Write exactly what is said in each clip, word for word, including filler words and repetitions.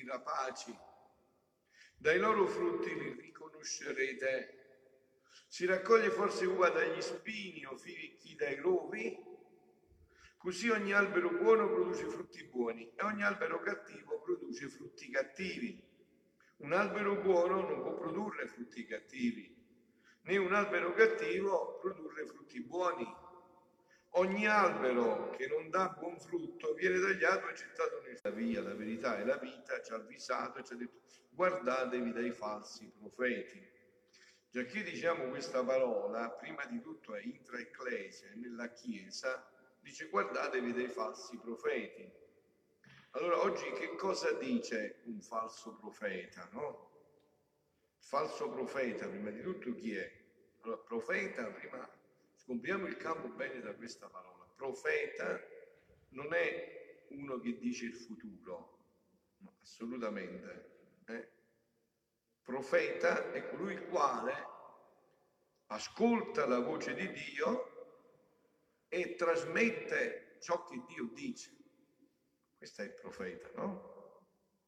rapaci. Dai loro frutti li riconoscerete. Si raccoglie forse uva dagli spini o fichi dai rovi? Così ogni albero buono produce frutti buoni e ogni albero cattivo produce frutti cattivi. Un albero buono non può produrre frutti cattivi, né un albero cattivo produrre frutti buoni. Ogni albero che non dà buon frutto viene tagliato e gettato nella via. La verità e la vita ci ha avvisato e ci ha detto: guardatevi dai falsi profeti. Già che diciamo questa parola, prima di tutto è intra ecclesia, nella Chiesa, dice guardatevi dai falsi profeti. Allora oggi che cosa dice un falso profeta, no? Il falso profeta, prima di tutto chi è? Allora, profeta, prima scompriamo il campo bene da questa parola. Profeta non è uno che dice il futuro, no, assolutamente. Eh? Profeta è colui il quale ascolta la voce di Dio e trasmette ciò che Dio dice. Questo è il profeta, no?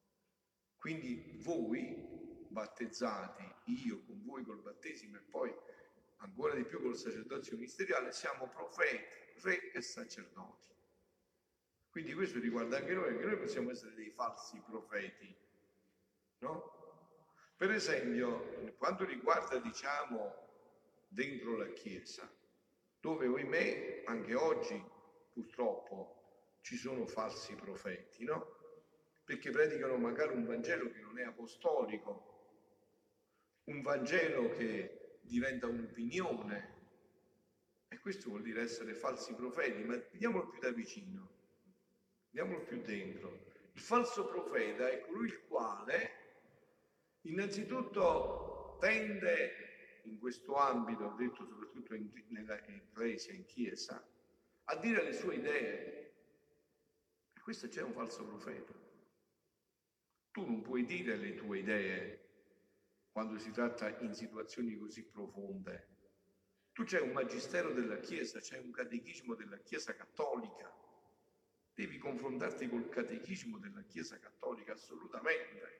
Quindi voi battezzati, io con voi col battesimo e poi ancora di più col sacerdozio ministeriale, siamo profeti, re e sacerdoti. Quindi questo riguarda anche noi, anche noi possiamo essere dei falsi profeti, no? Per esempio, per quanto riguarda, diciamo, dentro la Chiesa, dove, ohimè, anche oggi, purtroppo, ci sono falsi profeti, no? Perché predicano magari un Vangelo che non è apostolico, un Vangelo che diventa un'opinione, e questo vuol dire essere falsi profeti. Ma vediamolo più da vicino, vediamolo più dentro. Il falso profeta è colui il quale innanzitutto tende, in questo ambito, ho detto soprattutto in, nella Ecclesia, in Chiesa, a dire le sue idee. E questo c'è un falso profeta. Tu non puoi dire le tue idee quando si tratta in situazioni così profonde. Tu c'hai un magistero della Chiesa, c'è un catechismo della Chiesa cattolica. Devi confrontarti col catechismo della Chiesa cattolica, assolutamente.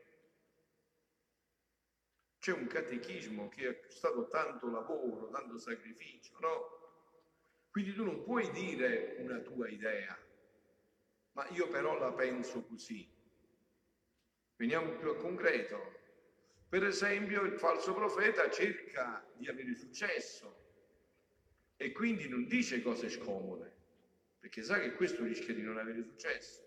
C'è un catechismo che ha costato tanto lavoro, tanto sacrificio, no? Quindi tu non puoi dire una tua idea, ma io però la penso così. Veniamo più a concreto. Per esempio, il falso profeta cerca di avere successo e quindi non dice cose scomode, perché sa che questo rischia di non avere successo.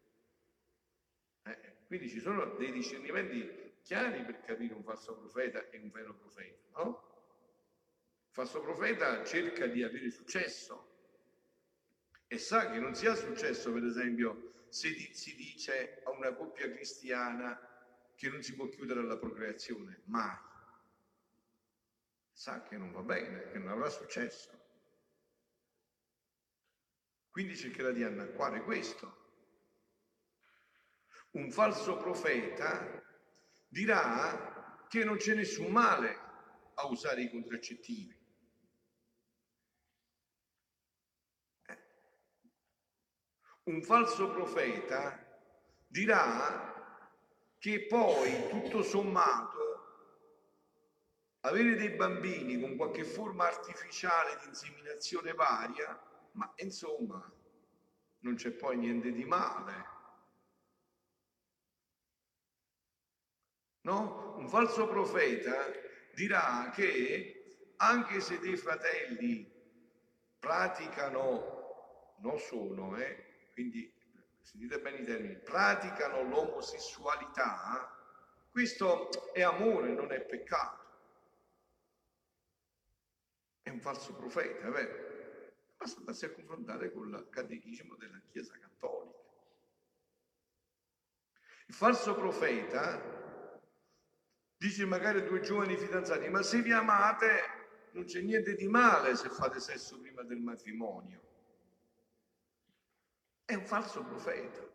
Eh, quindi ci sono dei discernimenti chiari per capire un falso profeta e un vero profeta, no? Il falso profeta cerca di avere successo e sa che non si ha successo, per esempio, se di, si dice a una coppia cristiana che non si può chiudere alla procreazione, mai. Sa che non va bene, che non avrà successo. Quindi cercherà di annacquare questo. Un falso profeta dirà che non c'è nessun male a usare i contraccettivi. Eh. Un falso profeta dirà che poi, tutto sommato, avere dei bambini con qualche forma artificiale di inseminazione varia, ma insomma, non c'è poi niente di male. No? Un falso profeta dirà che anche se dei fratelli praticano, non sono, eh, quindi sentite bene i termini, praticano l'omosessualità, questo è amore, non è peccato. È un falso profeta, è vero? Basta andarsi a confrontare con il catechismo della Chiesa cattolica. Il falso profeta dice magari a due giovani fidanzati: ma se vi amate non c'è niente di male se fate sesso prima del matrimonio. È un falso profeta.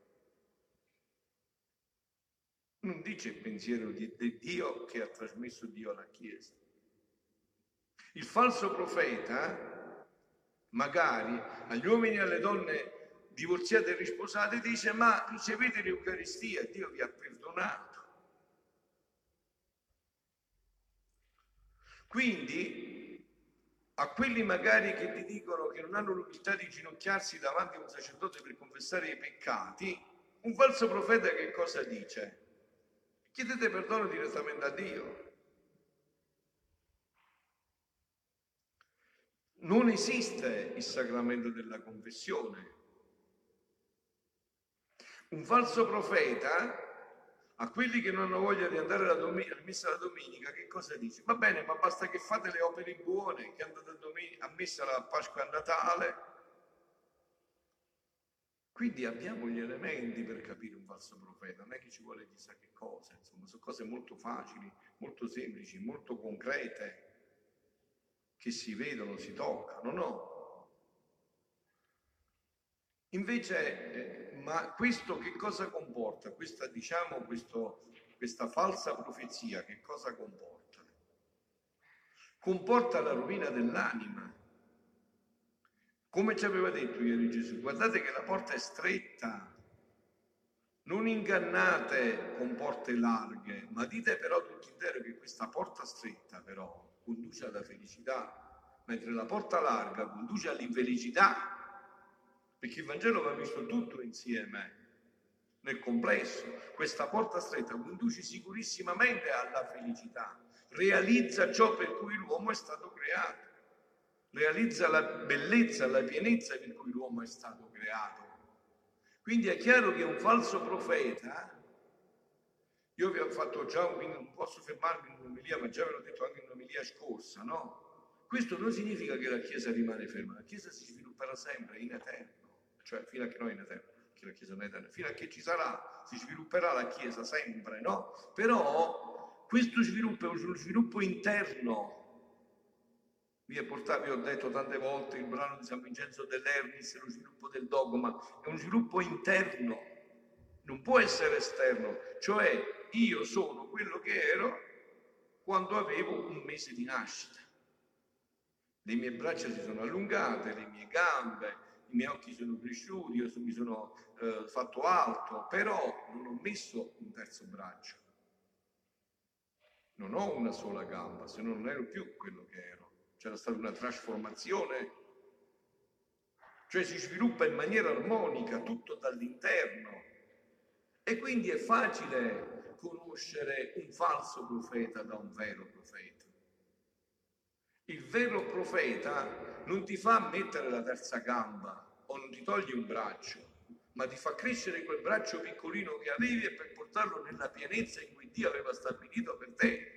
Non dice il pensiero di, di Dio che ha trasmesso Dio alla Chiesa. Il falso profeta magari agli uomini e alle donne divorziati e risposati, dice: ma ricevete l'Eucaristia, Dio vi ha perdonato. Quindi a quelli magari che ti dicono che non hanno l'umiltà di ginocchiarsi davanti a un sacerdote per confessare i peccati, un falso profeta che cosa dice? Chiedete perdono direttamente a Dio. Non esiste il sacramento della confessione. Un falso profeta, a quelli che non hanno voglia di andare alla, domenica, alla messa la domenica, che cosa dice? Va bene, ma basta che fate le opere buone, che andate a, domenica, a messa la Pasqua e a Natale. Quindi abbiamo gli elementi per capire un falso profeta, non è che ci vuole chissà che cosa, insomma, sono cose molto facili, molto semplici, molto concrete, che si vedono, si toccano, no? Invece, eh, ma questo che cosa comporta? Questa, diciamo, questo, questa falsa profezia, che cosa comporta? Comporta la rovina dell'anima. Come ci aveva detto ieri Gesù, guardate che la porta è stretta, non ingannate con porte larghe, ma dite però tutti intero che questa porta stretta però conduce alla felicità, mentre la porta larga conduce all'infelicità, perché il Vangelo va visto tutto insieme, nel complesso. Questa porta stretta conduce sicurissimamente alla felicità, realizza ciò per cui l'uomo è stato creato, realizza la bellezza, la pienezza per cui l'uomo è stato creato. Quindi è chiaro che un falso profeta, io vi ho fatto già, quindi non posso fermarmi in un'omelia, ma già ve l'ho detto anche in un'omelia scorsa, no? Questo non significa che la Chiesa rimane ferma, la Chiesa si svilupperà sempre in eterno, cioè fino a che noi in eterno, perché la Chiesa non è eterna, fino a che ci sarà, si svilupperà la Chiesa sempre, no? Però questo sviluppo è uno sviluppo interno. Vi ho, portato, vi ho detto tante volte il brano di San Vincenzo dell'Ernis, lo sviluppo del dogma, è uno sviluppo interno, non può essere esterno, cioè io sono quello che ero quando avevo un mese di nascita. Le mie braccia si sono allungate, le mie gambe, i miei occhi sono cresciuti, io mi sono eh, fatto alto, però non ho messo un terzo braccio. Non ho una sola gamba, se no non ero più quello che ero. C'era stata una trasformazione, cioè si sviluppa in maniera armonica, tutto dall'interno. E quindi è facile conoscere un falso profeta da un vero profeta. Il vero profeta non ti fa mettere la terza gamba o non ti toglie un braccio, ma ti fa crescere quel braccio piccolino che avevi e per portarlo nella pienezza in cui Dio aveva stabilito per te.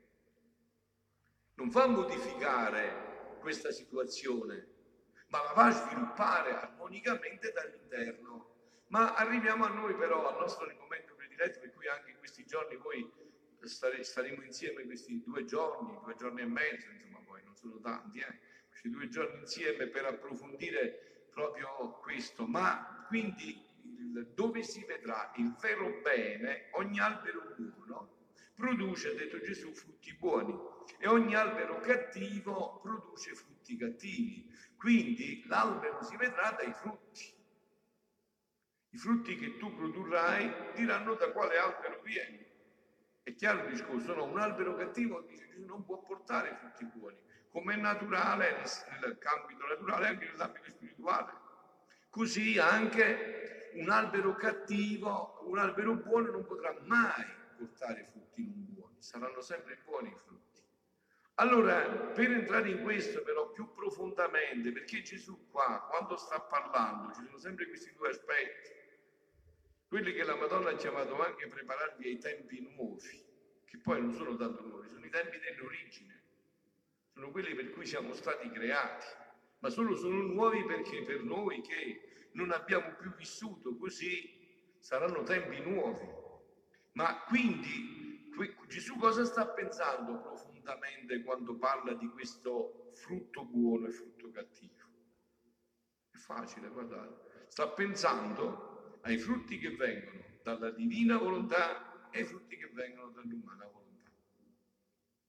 Non fa modificare questa situazione, ma la va a sviluppare armonicamente dall'interno. Ma arriviamo a noi però, al nostro argomento prediletto, per cui anche in questi giorni voi stare, staremo insieme questi due giorni, due giorni e mezzo, insomma poi non sono tanti, eh? questi due giorni insieme per approfondire proprio questo. Ma quindi il, dove si vedrà il vero bene, ogni albero buono produce, ha detto Gesù, frutti buoni e ogni albero cattivo produce frutti cattivi. Quindi l'albero si vedrà dai frutti. I frutti che tu produrrai diranno da quale albero vieni. È chiaro il discorso, no? Un albero cattivo, dice Gesù, non può portare frutti buoni, come è naturale nel ambito naturale anche nell'ambito spirituale. Così anche un albero cattivo, un albero buono non potrà mai portare frutti non buoni, saranno sempre buoni i frutti. Allora, per entrare in questo però più profondamente, perché Gesù qua, quando sta parlando, ci sono sempre questi due aspetti, quelli che la Madonna ha chiamato anche prepararvi ai tempi nuovi, che poi non sono tanto nuovi, sono i tempi dell'origine, sono quelli per cui siamo stati creati, ma solo sono nuovi perché per noi che non abbiamo più vissuto così saranno tempi nuovi. Ma quindi Gesù cosa sta pensando profondamente quando parla di questo frutto buono e frutto cattivo? È facile, guardate. Sta pensando ai frutti che vengono dalla divina volontà e ai frutti che vengono dall'umana volontà.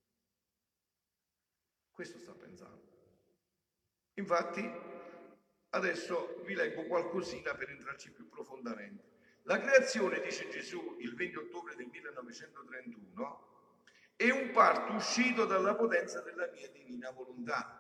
Questo sta pensando. Infatti, Adesso vi leggo qualcosina per entrarci più profondamente. La creazione, dice Gesù il venti ottobre del millenovecentotrentuno, è un parto uscito dalla potenza della mia divina volontà.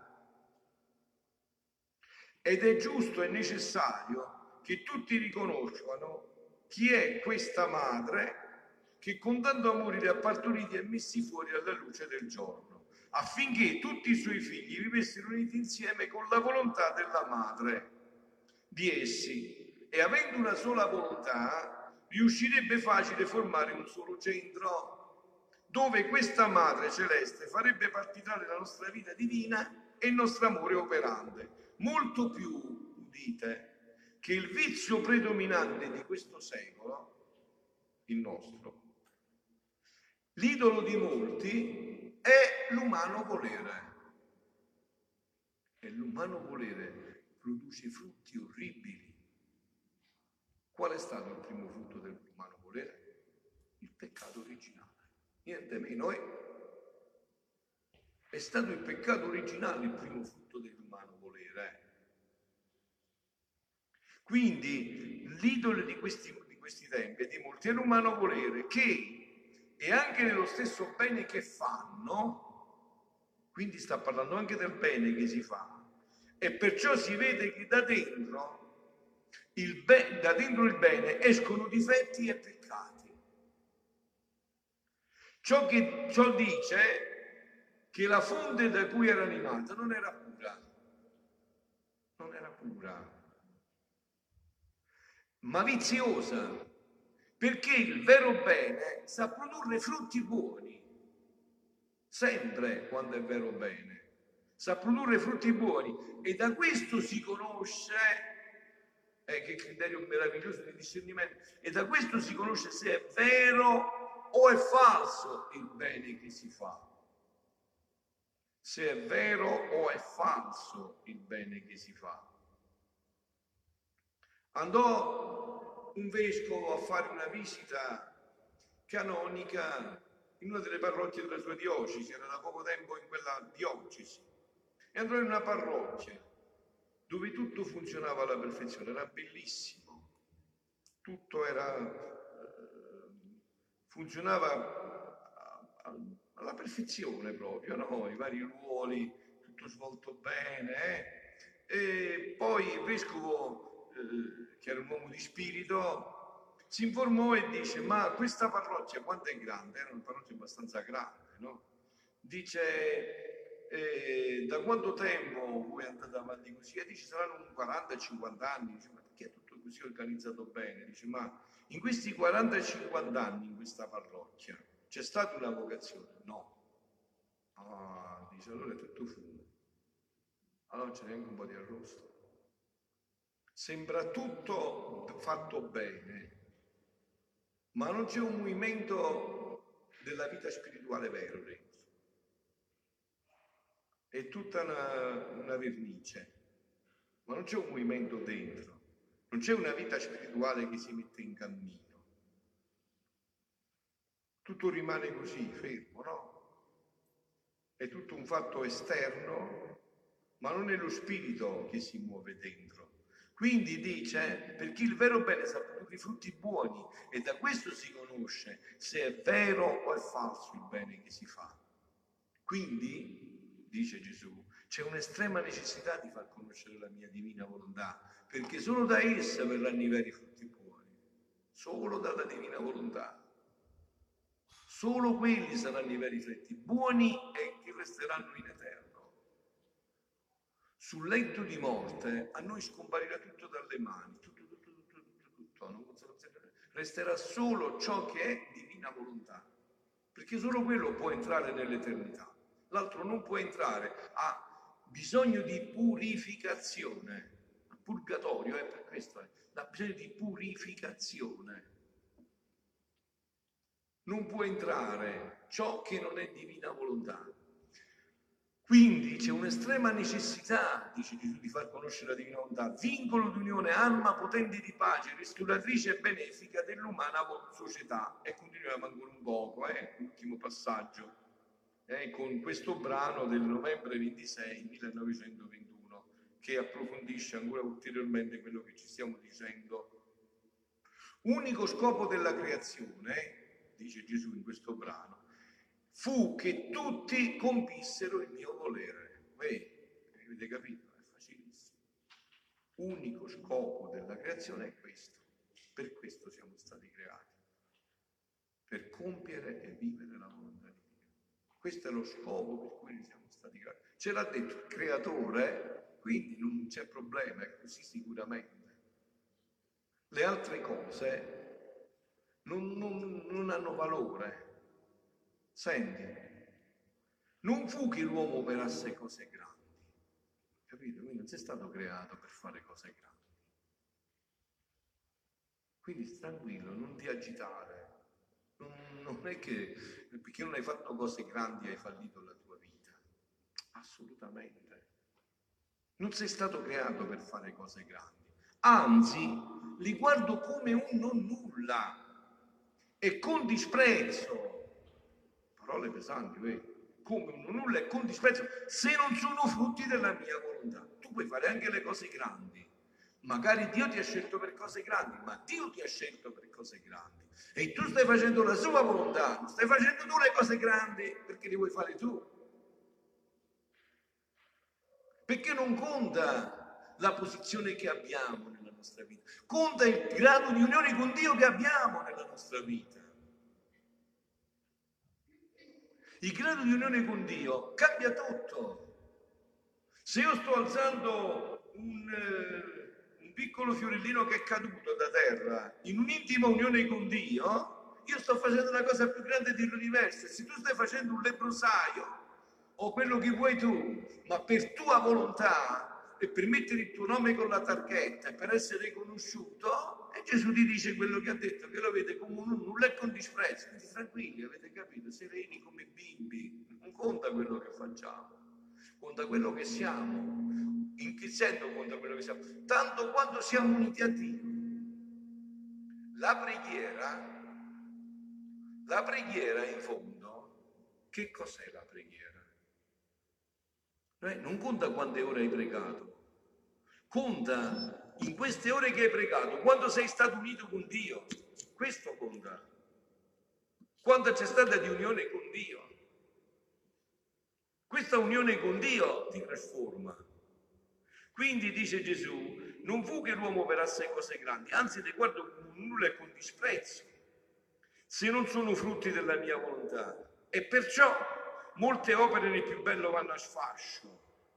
Ed è giusto e necessario che tutti riconoscano chi è questa madre che con tanto amore li ha partoriti e messi fuori alla luce del giorno, affinché tutti i suoi figli vivessero uniti insieme con la volontà della madre di essi, e avendo una sola volontà riuscirebbe facile formare un solo centro dove questa madre celeste farebbe palpitare la nostra vita divina e il nostro amore operante, molto più, udite, che il vizio predominante di questo secolo, il nostro. L'idolo di molti è l'umano volere. E l'umano volere produce frutti orribili. Qual è stato il primo frutto dell'umano volere? Il peccato originale. Niente meno è. È stato il peccato originale il primo frutto dell'umano volere. Quindi l'idolo di questi, di questi tempi e di molti è l'umano volere, che è anche nello stesso bene che fanno, quindi sta parlando anche del bene che si fa, e perciò si vede che da dentro il, be- da dentro il bene escono difetti e peccati. Ciò, che, ciò dice che la fonte da cui era animata non era pura, non era pura, ma viziosa, perché il vero bene sa produrre frutti buoni, sempre quando è vero bene, sa produrre frutti buoni, e da questo si conosce, eh, che criterio meraviglioso di discernimento, e da questo si conosce se è vero o è falso il bene che si fa. Se è vero o è falso il bene che si fa. Andò un vescovo a fare una visita canonica in una delle parrocchie della sua diocesi, era da poco tempo in quella diocesi, e andò in una parrocchia dove tutto funzionava alla perfezione, era bellissimo, tutto era, eh, funzionava alla perfezione proprio, no? I vari ruoli, tutto svolto bene, eh? E poi il vescovo, eh, che era un uomo di spirito, si informò e dice: ma questa parrocchia quanto è grande? Era una parrocchia abbastanza grande, no? Dice: eh, da quanto tempo voi andate avanti così? E dice: saranno quaranta cinquanta anni. Dice: ma perché è tutto così organizzato bene? Dice: ma in questi quaranta cinquanta anni in questa parrocchia c'è stata una vocazione? No. Ah, dice: allora è tutto fumo. Allora non c'è neanche un po' di arrosto. Sembra tutto fatto bene, ma non c'è un movimento della vita spirituale vero dentro. È tutta una, una vernice, ma non c'è un movimento dentro, non c'è una vita spirituale che si mette in cammino. Tutto rimane così, fermo, no? È tutto un fatto esterno, ma non è lo spirito che si muove dentro. Quindi dice: perché il vero bene sa produrre frutti buoni, e da questo si conosce se è vero o è falso il bene che si fa. Quindi, dice Gesù, c'è un'estrema necessità di far conoscere la mia divina volontà, perché solo da essa verranno i veri frutti buoni, solo dalla divina volontà. Solo quelli saranno i veri frutti buoni e che resteranno in eterno. Sul letto di morte a noi scomparirà tutto dalle mani, tutto, tutto, tutto, tutto, tutto. Non resterà solo ciò che è divina volontà, perché solo quello può entrare nell'eternità, l'altro non può entrare, ha bisogno di purificazione. Il purgatorio è per questo, ha bisogno di purificazione. Non può entrare ciò che non è divina volontà. Quindi c'è un'estrema necessità, dice Gesù, di far conoscere la divina volontà, vincolo di unione, arma potente di pace, restauratrice e benefica dell'umana società. E continuiamo ancora un poco, eh, l'ultimo passaggio, eh, con questo brano del novembre ventisei millenovecentoventuno, che approfondisce ancora ulteriormente quello che ci stiamo dicendo. Unico scopo della creazione, dice Gesù in questo brano, fu che tutti compissero il mio volere. Beh, avete capito? È facilissimo. Unico scopo della creazione è questo. Per questo siamo stati creati. Per compiere e vivere la volontà di Dio. Questo è lo scopo per cui siamo stati creati. Ce l'ha detto il creatore, quindi non c'è problema, è così sicuramente. Le altre cose non, non, non hanno valore. Senti, non fu che l'uomo operasse cose grandi, capito? Quindi non sei stato creato per fare cose grandi. Quindi tranquillo, non ti agitare. Non, non è che perché non hai fatto cose grandi hai fallito la tua vita. Assolutamente. Non sei stato creato per fare cose grandi. Anzi, li guardo come un non nulla e con disprezzo. Parole pesanti, vedi? Come un non nulla e con disprezzo, se non sono frutti della mia volontà. Tu puoi fare anche le cose grandi. Magari Dio ti ha scelto per cose grandi, ma Dio ti ha scelto per cose grandi. E tu stai facendo la sua volontà, non stai facendo tu le cose grandi perché le vuoi fare tu. Perché non conta la posizione che abbiamo nella nostra vita, conta il grado di unione con Dio che abbiamo nella nostra vita. Il grado di unione con Dio cambia tutto. Se io sto alzando un, eh, un piccolo fiorellino che è caduto da terra in un'intima unione con Dio, io sto facendo una cosa più grande dell'universo. E se tu stai facendo un lebbrosaio o quello che vuoi tu, ma per tua volontà e per mettere il tuo nome con la targhetta e per essere riconosciuto, e Gesù ti dice quello che ha detto, che lo vede come un nulla e con disprezzo. Quindi tranquilli, avete capito? Sereni come bimbi, non conta quello che facciamo, conta quello che siamo. In che senso conta quello che siamo? Tanto quanto siamo uniti a Dio. La preghiera, la preghiera in fondo, che cos'è la preghiera? Non conta quante ore hai pregato, conta in queste ore che hai pregato, quando sei stato unito con Dio, questo conta, quando c'è stata di unione con Dio. Questa unione con Dio ti trasforma. Quindi dice Gesù, non fu che l'uomo operasse cose grandi, anzi le guardo con nulla e con disprezzo, se non sono frutti della mia volontà. E perciò molte opere nel più bello vanno a sfascio,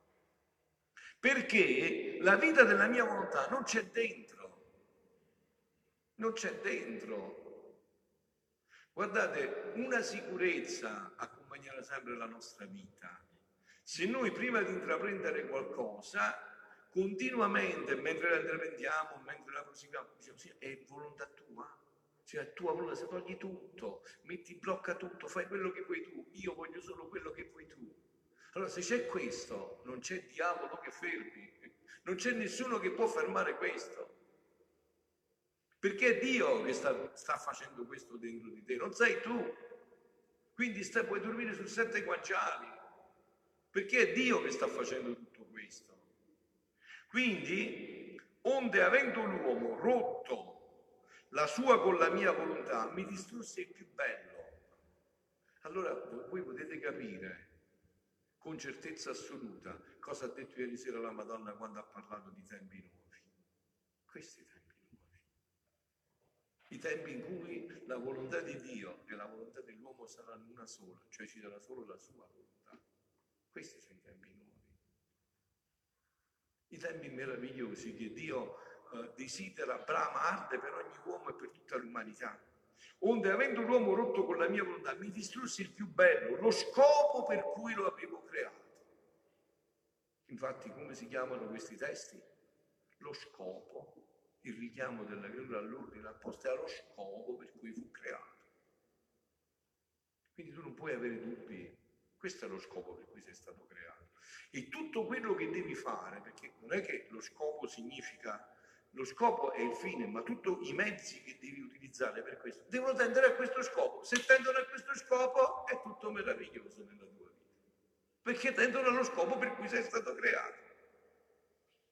perché la vita della mia volontà non c'è dentro, non c'è dentro. Guardate, una sicurezza accompagnerà sempre la nostra vita. Se noi prima di intraprendere qualcosa, continuamente, mentre la intraprendiamo, mentre la proseguiamo, diciamo, sì, è volontà tua. Cioè a tua volontà, se togli tutto, metti, blocca tutto, fai quello che vuoi tu, io voglio solo quello che vuoi tu. Allora se c'è questo, non c'è diavolo che fermi, non c'è nessuno che può fermare questo. Perché è Dio che sta, sta facendo questo dentro di te, non sei tu. Quindi stai, puoi dormire su sette guanciali, perché è Dio che sta facendo tutto questo. Quindi, onde avendo l'uomo rotto la sua con la mia volontà, mi distrusse il più bello. Allora voi potete capire con certezza assoluta cosa ha detto ieri sera la Madonna quando ha parlato di tempi nuovi. Questi tempi nuovi. I tempi in cui la volontà di Dio e la volontà dell'uomo saranno una sola, cioè ci sarà solo la sua volontà. Questi sono i tempi nuovi. I tempi meravigliosi che Dio eh, desidera, brama, arde per ogni uomo e per tutta l'umanità. Onde avendo l'uomo rotto con la mia volontà, mi distrussi il più bello, lo scopo per cui lo avevo creato. Infatti, come si chiamano questi testi? Lo scopo, il richiamo della creatura all'ordine apposta è allo scopo per cui fu creato. Quindi tu non puoi avere dubbi, questo è lo scopo per cui sei stato creato. E tutto quello che devi fare, perché non è che lo scopo significa, lo scopo è il fine, ma tutti i mezzi che devi utilizzare per questo devono tendere a questo scopo. Se tendono a questo scopo è tutto meraviglioso nella tua vita, perché tendono allo scopo per cui sei stato creato.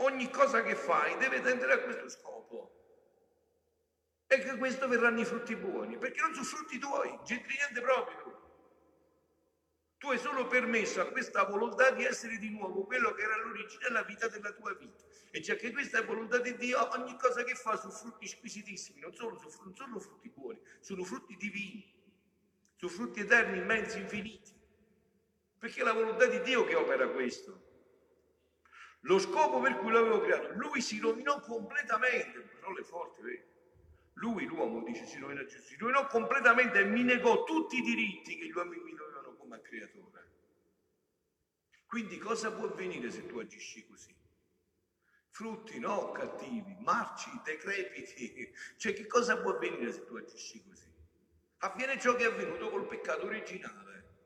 Ogni cosa che fai deve tendere a questo scopo. E che questo verranno i frutti buoni, perché non sono frutti tuoi, c'entri niente proprio tu. Tu hai solo permesso a questa volontà di essere di nuovo quello che era all'origine della vita della tua vita. E cioè che questa è volontà di Dio, ogni cosa che fa sono frutti squisitissimi, non solo, non sono frutti buoni, sono frutti divini, sono frutti eterni, immensi, infiniti. Perché è la volontà di Dio che opera questo. Lo scopo per cui l'avevo creato, lui si rovinò completamente, parole forti, vedi? Lui, l'uomo, dice, si rovinò, si rovinò completamente e mi negò tutti i diritti che gli uomini mi dovevano come creatore. Quindi cosa può avvenire se tu agisci così? Frutti, no, cattivi, marci, decrepiti. Cioè, che cosa può avvenire se tu agisci così? Avviene ciò che è avvenuto col peccato originale.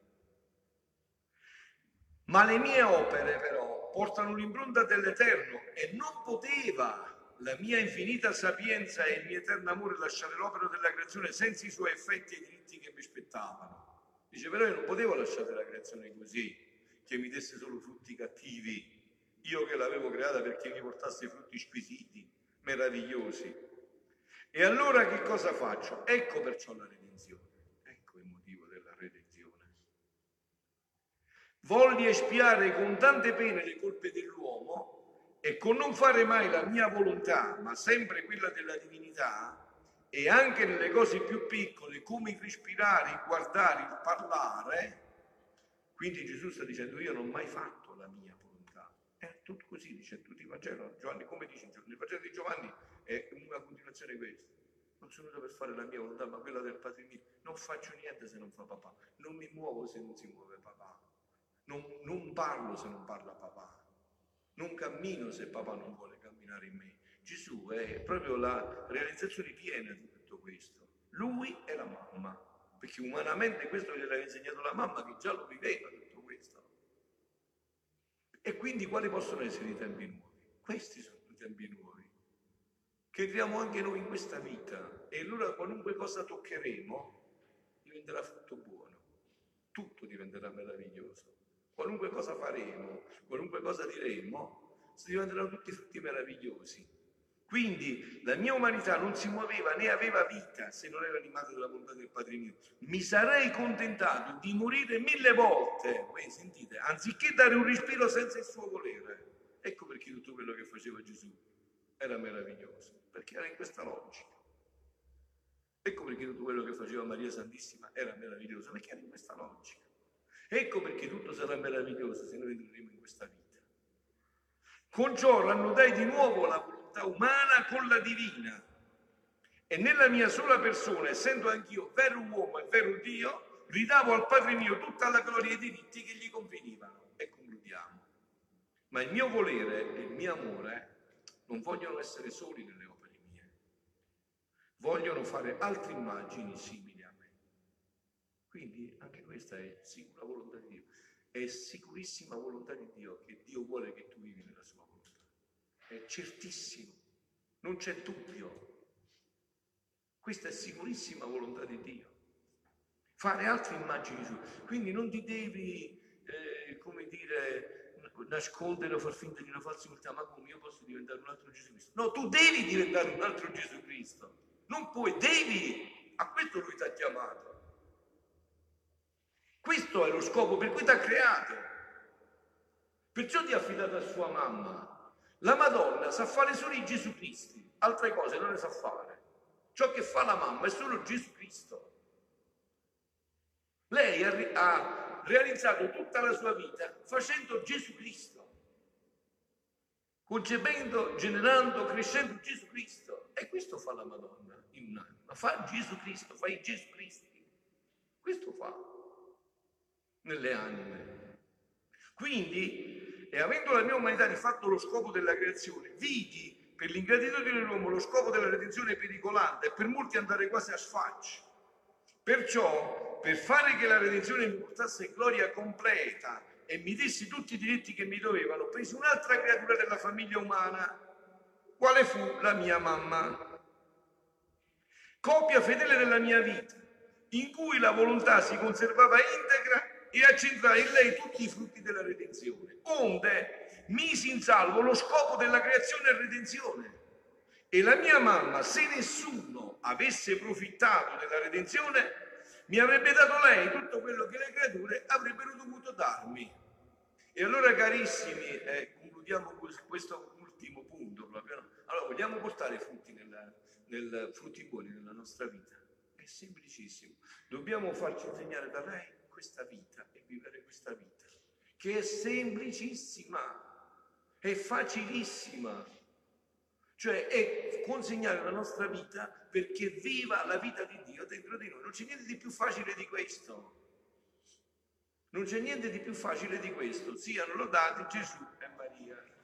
Ma le mie opere, però, portano l'impronta dell'Eterno e non poteva la mia infinita sapienza e il mio eterno amore lasciare l'opera della creazione senza i suoi effetti e i diritti che mi aspettavano. Dice, però io non potevo lasciare la creazione così, che mi desse solo frutti cattivi, io che l'avevo creata perché mi portasse frutti squisiti, meravigliosi. E allora che cosa faccio? Ecco perciò la redenzione, ecco il motivo della redenzione. Volli espiare con tante pene le colpe dell'uomo e con non fare mai la mia volontà, ma sempre quella della divinità, e anche nelle cose più piccole, come il respirare, il guardare, il parlare. Quindi Gesù sta dicendo, io non ho mai fatto la mia volontà. È tutto così, dice tutti i Vangeli. Giovanni, come dice nel Vangelo di Giovanni, è una continuazione di questo. Non sono venuto per fare la mia volontà, ma quella del Padre mio. Non faccio niente se non fa papà. Non mi muovo se non si muove papà. Non, non parlo se non parla papà. Non cammino se papà non vuole camminare in me. Gesù è proprio la realizzazione piena di tutto questo. Lui è la mamma, perché umanamente questo gliel'aveva insegnato la mamma che già lo viveva tutto questo. E quindi quali possono essere i tempi nuovi? Questi sono i tempi nuovi, che entriamo anche noi in questa vita, e allora qualunque cosa toccheremo diventerà frutto buono, tutto diventerà meraviglioso. Qualunque cosa faremo, qualunque cosa diremo, si diventeranno tutti frutti meravigliosi. Quindi la mia umanità non si muoveva né aveva vita se non era animata dalla volontà del Padre mio. Mi sarei contentato di morire mille volte, voi sentite, anziché dare un respiro senza il suo volere. Ecco perché tutto quello che faceva Gesù era meraviglioso, perché era in questa logica. Ecco perché tutto quello che faceva Maria Santissima era meraviglioso, perché era in questa logica. Ecco perché tutto sarà meraviglioso se noi entreremo in questa vita. Con ciò rannodai di nuovo la volontà umana con la divina. E nella mia sola persona, essendo anch'io vero uomo e vero Dio, ridavo al Padre mio tutta la gloria e i diritti che gli convenivano. E concludiamo. Ma il mio volere e il mio amore non vogliono essere soli nelle opere mie. Vogliono fare altre immagini simili. Quindi anche questa è sicura volontà di Dio, è sicurissima volontà di Dio, che Dio vuole che tu vivi nella sua volontà. È certissimo, non c'è dubbio. Questa è sicurissima volontà di Dio. Fare altre immagini su. Quindi non ti devi, eh, come dire, nascondere o far finta di una falsa umiltà, ma come io posso diventare un altro Gesù Cristo? No, tu devi diventare un altro Gesù Cristo. Non puoi, devi. A questo lui ti ha chiamato. Questo è lo scopo per cui ti ha creato. Perciò ti ha affidato a sua mamma. La Madonna sa fare solo i Gesù Cristi, altre cose non le sa fare. Ciò che fa la mamma è solo Gesù Cristo. Lei ha, ha realizzato tutta la sua vita facendo Gesù Cristo, concependo, generando, crescendo Gesù Cristo. E questo fa la Madonna in un'anima. Fa Gesù Cristo, fa i Gesù Cristi. Questo fa nelle anime. Quindi, e avendo la mia umanità di fatto lo scopo della creazione, vidi per l'ingratitudine dell'uomo lo scopo della redenzione pericolante e per molti andare quasi a sfacci. Perciò, per fare che la redenzione mi portasse gloria completa e mi dessi tutti i diritti che mi dovevano, presi un'altra creatura della famiglia umana, quale fu la mia mamma. Copia fedele della mia vita, in cui la volontà si conservava integra e accentrai in lei tutti i frutti della redenzione. Onde misi in salvo lo scopo della creazione e redenzione. E la mia mamma, se nessuno avesse profittato della redenzione, mi avrebbe dato lei tutto quello che le creature avrebbero dovuto darmi. E allora, carissimi, eh, concludiamo questo ultimo punto proprio. No? Allora, vogliamo portare frutti, nella, nel, frutti buoni nella nostra vita? È semplicissimo. Dobbiamo farci insegnare da lei questa vita e vivere questa vita, che è semplicissima, è facilissima. Cioè è consegnare la nostra vita perché viva la vita di Dio dentro di noi. Non c'è niente di più facile di questo. Non c'è niente di più facile di questo. Siano lodati Gesù e Maria.